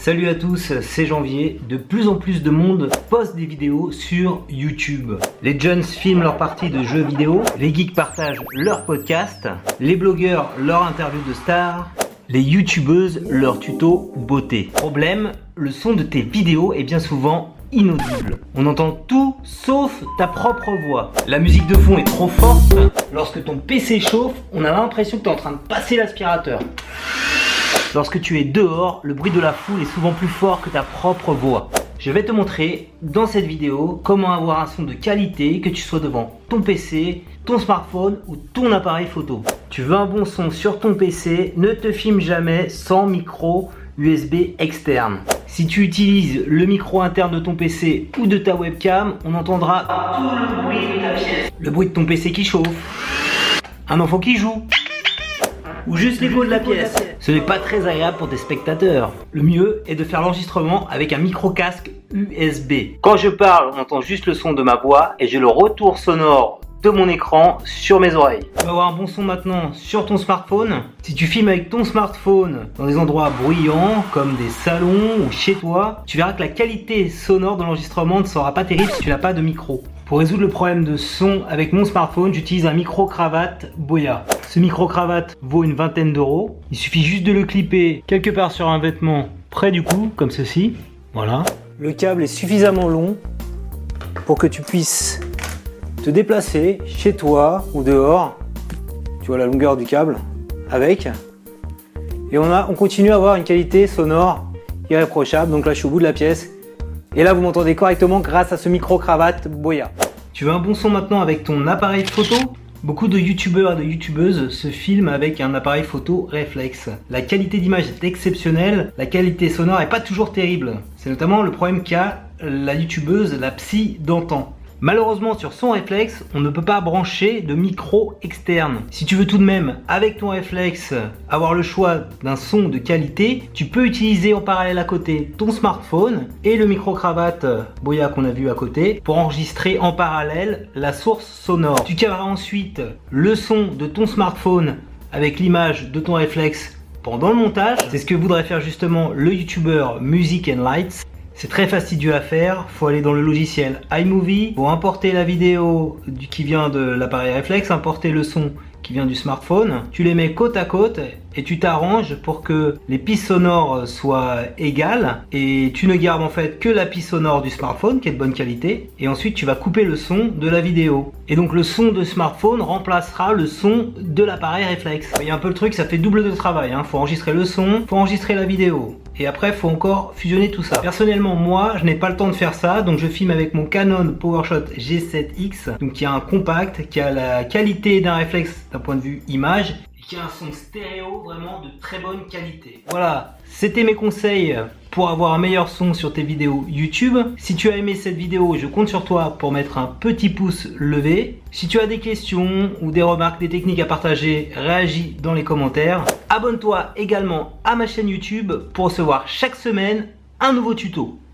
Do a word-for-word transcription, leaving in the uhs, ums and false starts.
Salut à tous, c'est Janvier. De plus en plus de monde poste des vidéos sur YouTube. Les jeunes filment leurs parties de jeux vidéo, les geeks partagent leurs podcasts, les blogueurs leurs interviews de stars, les youtubeuses leurs tutos beauté. Problème, le son de tes vidéos est bien souvent inaudible. On entend tout sauf ta propre voix. La musique de fond est trop forte. Lorsque ton P C chauffe, on a l'impression que tu es en train de passer l'aspirateur. Lorsque tu es dehors, le bruit de la foule est souvent plus fort que ta propre voix. Je vais te montrer dans cette vidéo comment avoir un son de qualité, que tu sois devant ton P C, ton smartphone ou ton appareil photo. Tu veux un bon son sur ton P C, ne te filme jamais sans micro U S B externe. Si tu utilises le micro interne de ton P C ou de ta webcam, on entendra tout le bruit de ta pièce. Le bruit de ton P C qui chauffe, un enfant qui joue, ou juste l'écho de la pièce. Ce n'est pas très agréable pour tes spectateurs. Le mieux est de faire l'enregistrement avec un micro-casque U S B. Quand je parle, on entend juste le son de ma voix et j'ai le retour sonore de mon écran sur mes oreilles. Tu vas avoir un bon son maintenant sur ton smartphone. Si tu filmes avec ton smartphone dans des endroits bruyants comme des salons ou chez toi, tu verras que la qualité sonore de l'enregistrement ne sera pas terrible si tu n'as pas de micro. Pour résoudre le problème de son avec mon smartphone, j'utilise un micro-cravate Boya. Ce micro-cravate vaut une vingtaine d'euros. Il suffit juste de le clipper quelque part sur un vêtement près du cou, comme ceci. Voilà. Le câble est suffisamment long pour que tu puisses te déplacer chez toi ou dehors. Tu vois la longueur du câble avec. Et on, a, on continue à avoir une qualité sonore irréprochable. Donc là, je suis au bout de la pièce. Et là, vous m'entendez correctement grâce à ce micro-cravate Boya. Tu veux un bon son maintenant avec ton appareil photo ? Beaucoup de youtubeurs et de youtubeuses se filment avec un appareil photo réflexe. La qualité d'image est exceptionnelle, la qualité sonore n'est pas toujours terrible. C'est notamment le problème qu'a la youtubeuse, la psy d'antan. Malheureusement, sur son réflexe, on ne peut pas brancher de micro externe. Si tu veux tout de même, avec ton réflexe, avoir le choix d'un son de qualité, tu peux utiliser en parallèle à côté ton smartphone et le micro-cravate Boya qu'on a vu à côté pour enregistrer en parallèle la source sonore. Tu caleras ensuite le son de ton smartphone avec l'image de ton réflexe pendant le montage. C'est ce que voudrait faire justement le youtubeur Music and Lights. C'est très fastidieux à faire, faut aller dans le logiciel iMovie, faut importer la vidéo qui vient de l'appareil réflexe, importer le son qui vient du smartphone, tu les mets côte à côte et tu t'arranges pour que les pistes sonores soient égales et tu ne gardes en fait que la piste sonore du smartphone qui est de bonne qualité et ensuite tu vas couper le son de la vidéo. Et donc le son de smartphone remplacera le son de l'appareil réflexe. Il y a un peu le truc, ça fait double de travail, hein. Faut enregistrer le son, faut enregistrer la vidéo. Et après, il faut encore fusionner tout ça. Personnellement, moi, je n'ai pas le temps de faire ça, donc je filme avec mon Canon PowerShot G sept X, donc qui a un compact, qui a la qualité d'un réflexe d'un point de vue image, et qui a un son stéréo vraiment de très bonne qualité. Voilà, c'était mes conseils pour avoir un meilleur son sur tes vidéos YouTube. Si tu as aimé cette vidéo, je compte sur toi pour mettre un petit pouce levé. Si tu as des questions ou des remarques, des techniques à partager, réagis dans les commentaires. Abonne-toi également à ma chaîne YouTube pour recevoir chaque semaine un nouveau tuto.